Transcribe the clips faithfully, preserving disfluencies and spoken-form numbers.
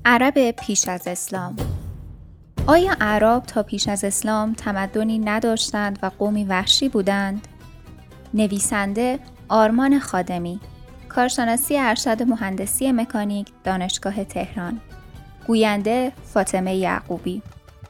عرب پیش از اسلام. آیا اعراب تا پیش از اسلام تمدنی نداشتند و قومی وحشی بودند؟ نویسنده آرمان خادمی، کارشناسی ارشد مهندسی مکانیک، دانشگاه تهران. گوینده فاطمه یعقوبی.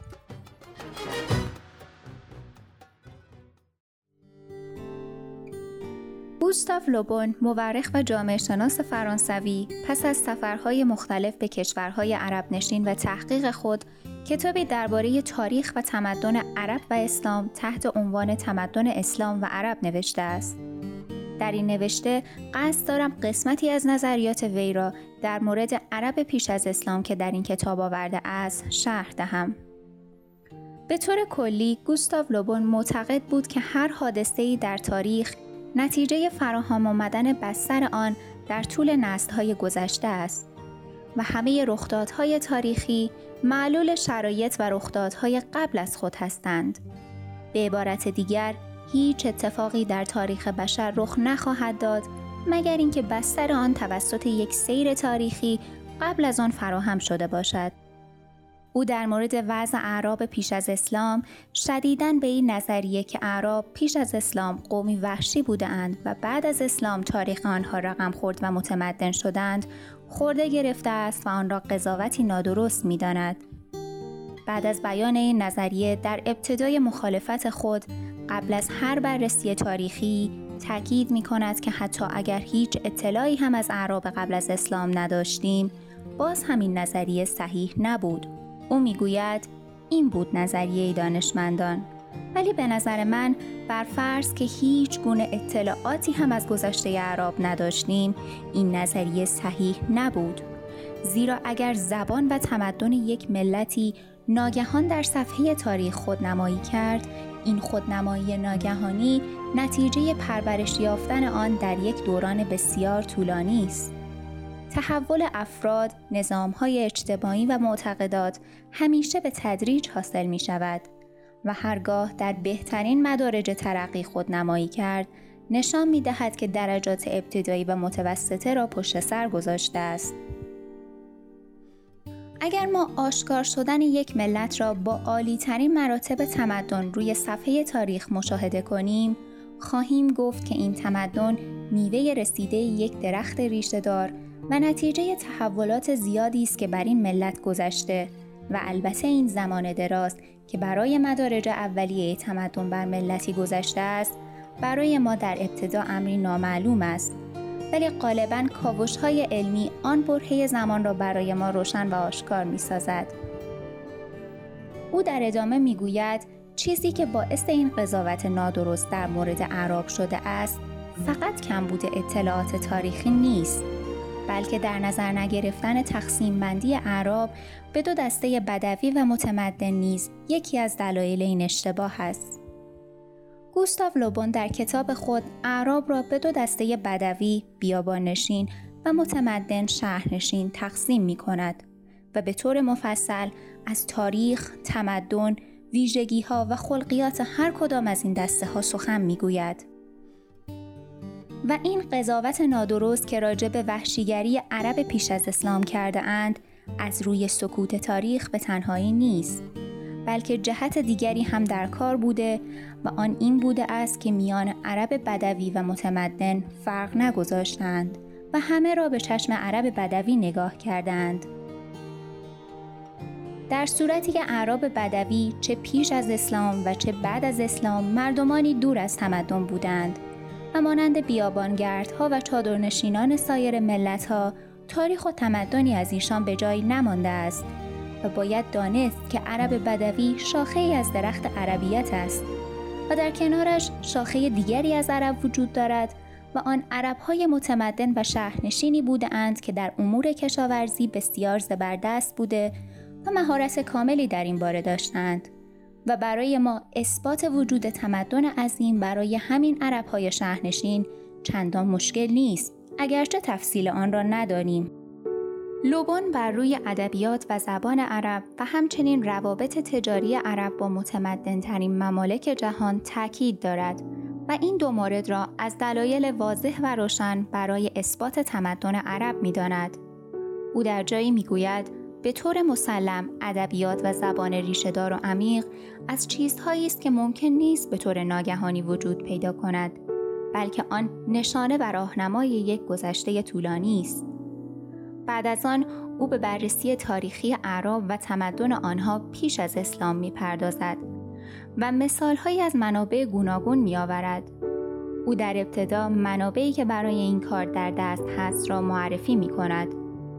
گوستاو لوبون، مورخ و جامعه شناس فرانسوی، پس از سفرهای مختلف به کشورهای عرب نشین و تحقیق خود، کتابی درباره تاریخ و تمدن عرب و اسلام تحت عنوان تمدن اسلام و عرب نوشته است. در این نوشته قصد دارم قسمتی از نظریات وی را در مورد عرب پیش از اسلام که در این کتاب آورده است شرح دهم. به طور کلی گوستاو لوبون معتقد بود که هر حادثه‌ای در تاریخ نتیجه فراهم آمدن بستر آن در طول نسل‌های گذشته است و همه رخدادهای تاریخی معلول شرایط و رخدادهای قبل از خود هستند. به عبارت دیگر، هیچ اتفاقی در تاریخ بشر رخ نخواهد داد مگر اینکه بستر آن توسط یک سیر تاریخی قبل از آن فراهم شده باشد. او در مورد وضع اعراب پیش از اسلام شدیداً به این نظریه که اعراب پیش از اسلام قومی وحشی بودند و بعد از اسلام تاریخ آنها رقم خورد و متمدن شدند خورده گرفته است و آن را قضاوتی نادرست می‌داند. بعد از بیان این نظریه در ابتدای مخالفت خود قبل از هر بررسی تاریخی تاکید می‌کند که حتی اگر هیچ اطلاعی هم از اعراب قبل از اسلام نداشتیم باز همین نظریه صحیح نبود. او میگوید این بود نظریه دانشمندان، ولی به نظر من بر فرض که هیچ گونه اطلاعاتی هم از گذشته اعراب نداشتیم این نظریه صحیح نبود، زیرا اگر زبان و تمدن یک ملتی ناگهان در صفحه تاریخ خودنمایی کرد، این خودنمایی ناگهانی نتیجه پرورش یافتن آن در یک دوران بسیار طولانی است. تحول افراد، نظام‌های اجتماعی و معتقدات همیشه به تدریج حاصل می‌شود و هرگاه در بهترین مدارج ترقی خودنمایی کرد، نشان می‌دهد که درجات ابتدایی و متوسطه را پشت سر گذاشته است. اگر ما آشکار شدن یک ملت را با عالی‌ترین مراتب تمدن روی صفحه تاریخ مشاهده کنیم، خواهیم گفت که این تمدن میوه رسیده یک درخت ریشه‌دار و نتیجه تحولات زیادی است که بر این ملت گذشته و البته این زمان دراز که برای مدارج اولیه تمدن بر ملتی گذشته است برای ما در ابتدا امری نامعلوم است، ولی غالباً کاوش‌های علمی آن برهه زمان را برای ما روشن و آشکار می‌سازد. او در ادامه می‌گوید چیزی که باعث این قضاوت نادرست در مورد اعراب شده است فقط کمبود اطلاعات تاریخی نیست، بلکه در نظر نگرفتن تقسیم بندی اعراب به دو دسته بدوی و متمدن نیز یکی از دلایل این اشتباه است. گوستاو لوبون در کتاب خود اعراب را به دو دسته بدوی، بیابان‌نشین و متمدن شهرنشین تقسیم می کند و به طور مفصل از تاریخ، تمدن، ویژگی‌ها و خلقیات هر کدام از این دسته ها سخن می گوید. و این قضاوت نادرست که راجع به وحشیگری عرب پیش از اسلام کرده اند از روی سکوت تاریخ به تنهایی نیست، بلکه جهت دیگری هم در کار بوده و آن این بوده است که میان عرب بدوی و متمدن فرق نگذاشتند و همه را به چشم عرب بدوی نگاه کردند. در صورتی که اعراب بدوی چه پیش از اسلام و چه بعد از اسلام مردمانی دور از تمدن بودند و مانند بیابانگردها و چادرنشینان سایر ملت‌ها تاریخ و تمدنی از ایشان به جای نمانده است و باید دانست که عرب بدوی شاخه‌ای از درخت عربیت است و در کنارش شاخه دیگری از عرب وجود دارد و آن عرب‌های متمدن و شهرنشینی بودند که در امور کشاورزی بسیار زبردست بوده و مهارت کاملی در این باره داشتند و برای ما اثبات وجود تمدن عظیم برای همین عرب‌های شهرنشین چندان مشکل نیست، اگرچه تفصیل آن را ندانیم. لوبون بر روی ادبیات و زبان عرب و همچنین روابط تجاری عرب با متمدن‌ترین ممالک جهان تاکید دارد و این دو مورد را از دلایل واضح و روشن برای اثبات تمدن عرب می‌داند. او در جایی می‌گوید به طور مسلم ادبیات و زبان ریشه‌دار و عمیق از چیزهایی است که ممکن نیست به طور ناگهانی وجود پیدا کند، بلکه آن نشانه و راهنمای یک گذشته طولانی است. بعد از آن او به بررسی تاریخی اعراب و تمدن آنها پیش از اسلام می‌پردازد و مثال‌هایی از منابع گوناگون می‌آورد. او در ابتدا منابعی که برای این کار در دست هست را معرفی می‌کند.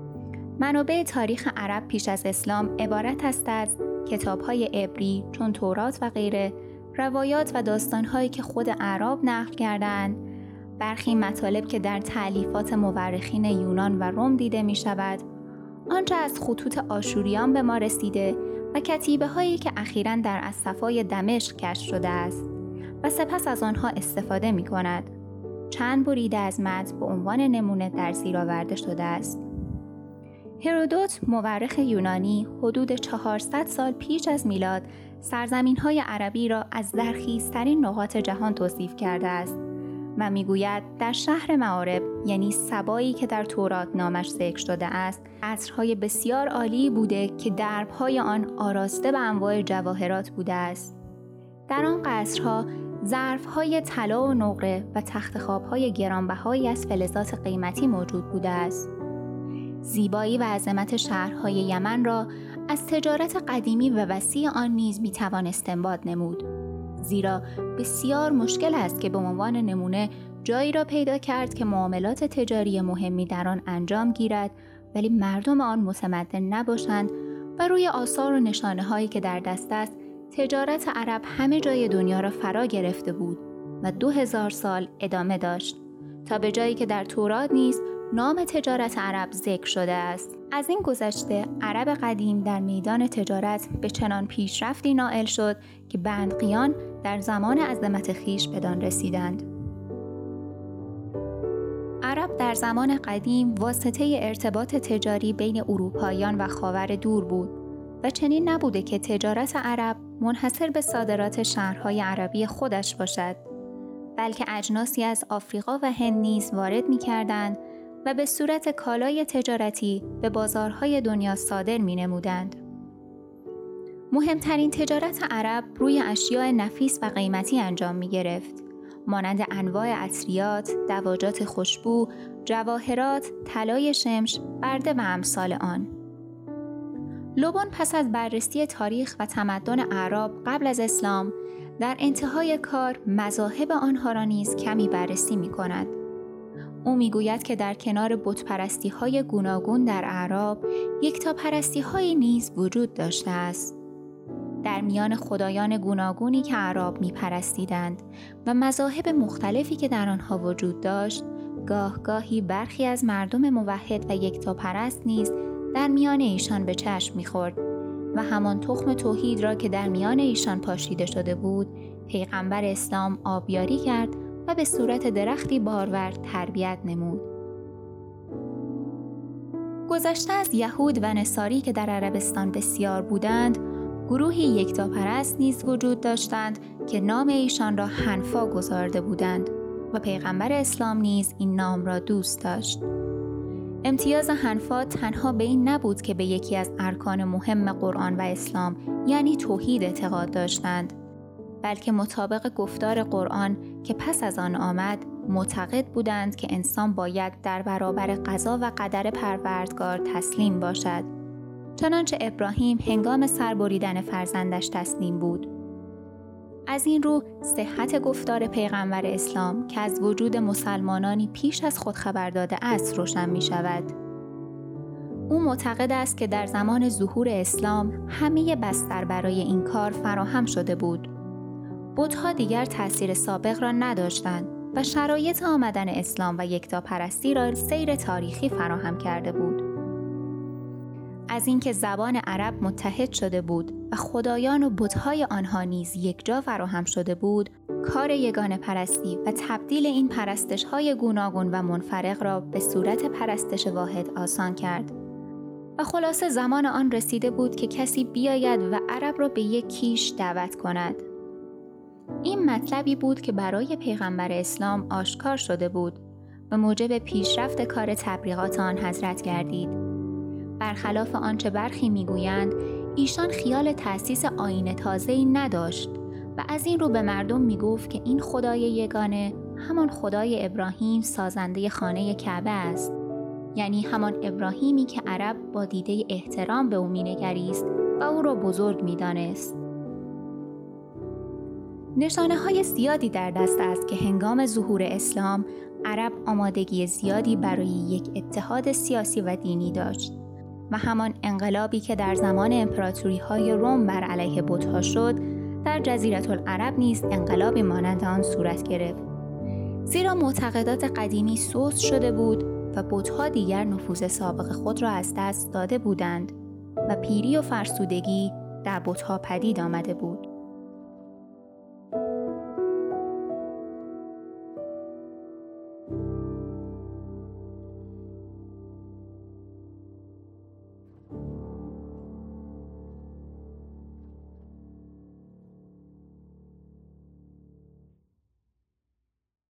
منابع تاریخ عرب پیش از اسلام عبارت است از کتاب‌های عبری چون تورات و غیره، روایات و داستان‌هایی که خود اعراب نقل کردند، برخی مطالب که در تألیفات مورخین یونان و روم دیده می‌شود، آنچه از خطوط آشوریان به ما رسیده و کتیبه‌هایی که اخیراً در الصفای دمشق کشف شده است و سپس از آنها استفاده می‌کند. چند بریده از متن به عنوان نمونه در زیر آورده شده است. هرودوت، مورخ یونانی، حدود چهارصد سال پیش از میلاد سرزمین‌های عربی را از زرخیزترین نقاط جهان توصیف کرده است و میگوید در شهر معارب، یعنی سبایی که در تورات نامش ذکر شده است، قصرهای بسیار عالی بوده که درب‌های آن آراسته به انواع جواهرات بوده است. در آن قصرها ظرف‌های طلا و نقره و تخت‌خواب‌های گرانبهایی از فلزات قیمتی موجود بوده است. زیبایی و عظمت شهرهای یمن را از تجارت قدیمی و وسیع آن نیز میتوان استنباط نمود، زیرا بسیار مشکل است که به عنوان نمونه جایی را پیدا کرد که معاملات تجاری مهمی در آن انجام گیرد ولی مردم آن متمدن نباشند و روی آثار و نشانه هایی که در دست است تجارت عرب همه جای دنیا را فرا گرفته بود و دو هزار سال ادامه داشت تا به جایی که در تورات نیز نام تجارت عرب ذکر شده است. از این گذشته عرب قدیم در میدان تجارت به چنان پیشرفتی نائل شد که بندقیان در زمان عظمت خویش بدان رسیدند. عرب در زمان قدیم واسطه ارتباط تجاری بین اروپاییان و خاور دور بود و چنین نبوده که تجارت عرب منحصر به صادرات شهرهای عربی خودش باشد، بلکه اجناسی از آفریقا و هند نیز وارد می‌کردند و به صورت کالای تجارتی به بازارهای دنیا صادر می‌نمودند. مهمترین تجارت عرب روی اشیاء نفیس و قیمتی انجام می‌گرفت، مانند انواع عطریات، دواجات خوشبو، جواهرات، طلای شمش، برده و امثال آن. لوبون پس از بررسی تاریخ و تمدن اعراب قبل از اسلام، در انتهای کار مذاهب آنها را نیز کمی بررسی می‌کند. او میگوید که در کنار بت‌پرستی‌های گوناگون در اعراب، یکتاپرستی‌هایی نیز وجود داشته است. در میان خدایان گوناگونی که اعراب می‌پرستیدند و مذاهب مختلفی که در آنها وجود داشت، گاه گاهی برخی از مردم موحد و یکتاپرست نیز در میان ایشان به چشم می‌خورد و همان تخم توحید را که در میان ایشان پاشیده شده بود، پیغمبر اسلام آبیاری کرد و به صورت درختی بارور تربیت نمود. گذشته از یهود و نصاری که در عربستان بسیار بودند، گروهی یکتاپرست نیز وجود داشتند که نام ایشان را حنفا گذارده بودند و پیغمبر اسلام نیز این نام را دوست داشت. امتیاز حنفا تنها به این نبود که به یکی از ارکان مهم قرآن و اسلام یعنی توحید اعتقاد داشتند، بلکه مطابق گفتار قرآن که پس از آن آمد معتقد بودند که انسان باید در برابر قضا و قدر پروردگار تسلیم باشد، چنانچه ابراهیم هنگام سربریدن فرزندش تسلیم بود. از این رو صحت گفتار پیغمبر اسلام که از وجود مسلمانانی پیش از خود خبر داده است روشن می شود. او معتقد است که در زمان ظهور اسلام همه بستر برای این کار فراهم شده بود. بت‌ها دیگر تأثیر سابق را نداشتند و شرایط آمدن اسلام و یکتاپرستی را سیر تاریخی فراهم کرده بود. از اینکه زبان عرب متحد شده بود و خدایان و بت‌های آنها نیز یکجا فراهم شده بود، کار یگانه پرستی و تبدیل این پرستش‌های گوناگون و منفرق را به صورت پرستش واحد آسان کرد. و خلاصه زمان آن رسیده بود که کسی بیاید و عرب را به یک کیش دعوت کند. این مطلبی بود که برای پیغمبر اسلام آشکار شده بود و موجب پیشرفت کار تبلیغات آن حضرت گردید. برخلاف آنچه برخی میگویند، ایشان خیال تأسیس آیین تازه‌ای نداشت و از این رو به مردم میگفت که این خدای یگانه همان خدای ابراهیم سازنده خانه کعبه است، یعنی همان ابراهیمی که عرب با دیده احترام به او مینگریست و او را بزرگ میدانست. نشانه های زیادی در دست است که هنگام ظهور اسلام عرب آمادگی زیادی برای یک اتحاد سیاسی و دینی داشت و همان انقلابی که در زمان امپراتوری‌های روم بر علیه بت‌ها شد، در جزیره العرب نیز انقلابی مانند آن صورت گرفت. زیرا معتقدات قدیمی سست شده بود و بت‌ها دیگر نفوذ سابق خود را از دست داده بودند و پیری و فرسودگی در بت‌ها پدید آمده بود.